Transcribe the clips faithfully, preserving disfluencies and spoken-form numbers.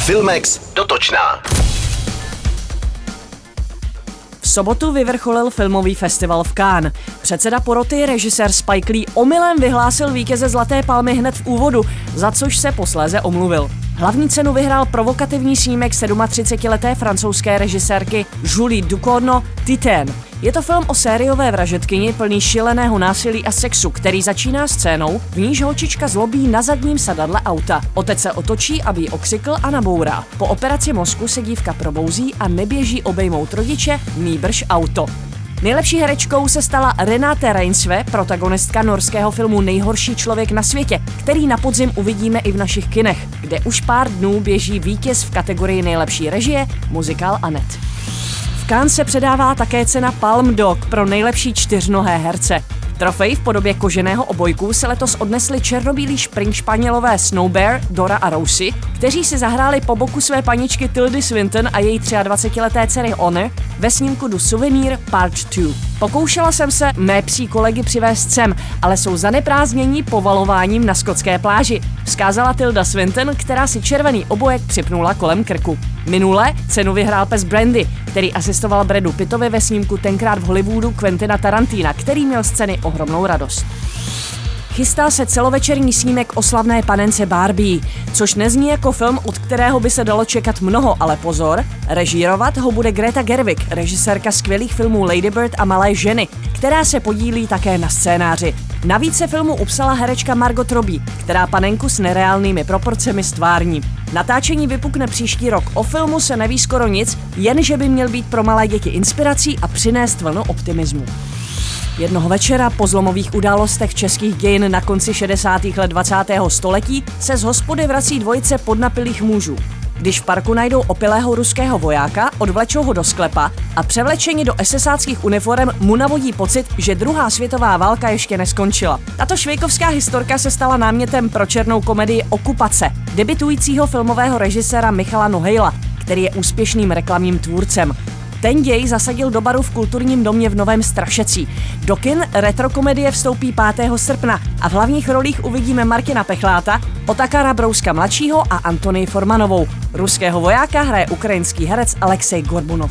Filmex dotočná. V sobotu vyvrcholil filmový festival v Cannes. Předseda poroty, režisér Spike Lee, omylem vyhlásil vítěze Zlaté palmy hned v úvodu, za což se posléze omluvil. Hlavní cenu vyhrál provokativní snímek třicetisedmileté francouzské režisérky Julie Ducournau Titane. Je to film o sériové vražedkyni plný šíleného násilí a sexu, který začíná scénou, v níž holčička zlobí na zadním sedadle auta. Otec se otočí, aby ji okřikl a nabourá. Po operaci mozku se dívka probouzí a neběží obejmout rodiče, nýbrž auto. Nejlepší herečkou se stala Renate Reinsve, protagonistka norského filmu Nejhorší člověk na světě, který na podzim uvidíme i v našich kinech, kde už pár dnů běží vítěz v kategorii nejlepší režie, muzikál Annette. V Cannes se předává také cena Palme d'Or pro nejlepší čtyřnohé herce. Trofej v podobě koženého obojku se letos odnesli černobílí šprink Španělové Snowbear, Dora a Rosie, kteří si zahráli po boku své paničky Tildy Swinton a její dvacetileté dcery Honor ve snímku Du Souvenir Part dva. Pokoušela jsem se mé psí kolegy přivést sem, ale jsou zaneprázdnění povalováním na skotské pláži, vzkázala Tilda Swinton, která si červený obojek připnula kolem krku. Minule cenu vyhrál pes Brandy, který asistoval Bradu Pittovi ve snímku Tenkrát v Hollywoodu Quentina Tarantina, který měl z ceny ohromnou radost. Chystá se celovečerní snímek o slavné panence Barbie, což nezní jako film, od kterého by se dalo čekat mnoho, ale pozor, režírovat ho bude Greta Gerwig, režisérka skvělých filmů Lady Bird a Malé ženy, která se podílí také na scénáři. Navíc se filmu upsala herečka Margot Robbie, která panenku s nereálnými proporcemi stvární. Natáčení vypukne příští rok, o filmu se neví skoro nic, jenže by měl být pro malé děti inspirací a přinést vlnu optimismu. Jednoho večera po zlomových událostech českých dějin na konci šedesátých let dvacátého století se z hospody vrací dvojice podnapilých mužů. Když v parku najdou opilého ruského vojáka, odvlečou ho do sklepa a převlečeni do esesáckých uniforem mu navodí pocit, že druhá světová válka ještě neskončila. Tato švejkovská historka se stala námětem pro černou komedii Okupace, debitujícího filmového režiséra Michala Nohejla, který je úspěšným reklamním tvůrcem. Ten děj zasadil do baru v kulturním domě v Novém Strašecí. Do kin retrokomedie vstoupí pátého srpna a v hlavních rolích uvidíme Martina Pechláta, Otakara Brouska mladšího a Antonii Formanovou. Ruského vojáka hraje ukrajinský herec Alexej Gorbunov.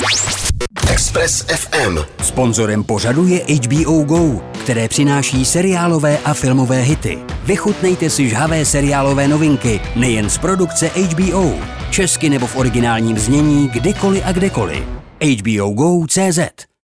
Express ef em. Sponzorem pořadu je H B O Go, které přináší seriálové a filmové hity. Vychutnejte si žhavé seriálové novinky, nejen z produkce H B O. Česky nebo v originálním znění, kdykoliv a kdekoliv. H B O Go tečka cé zet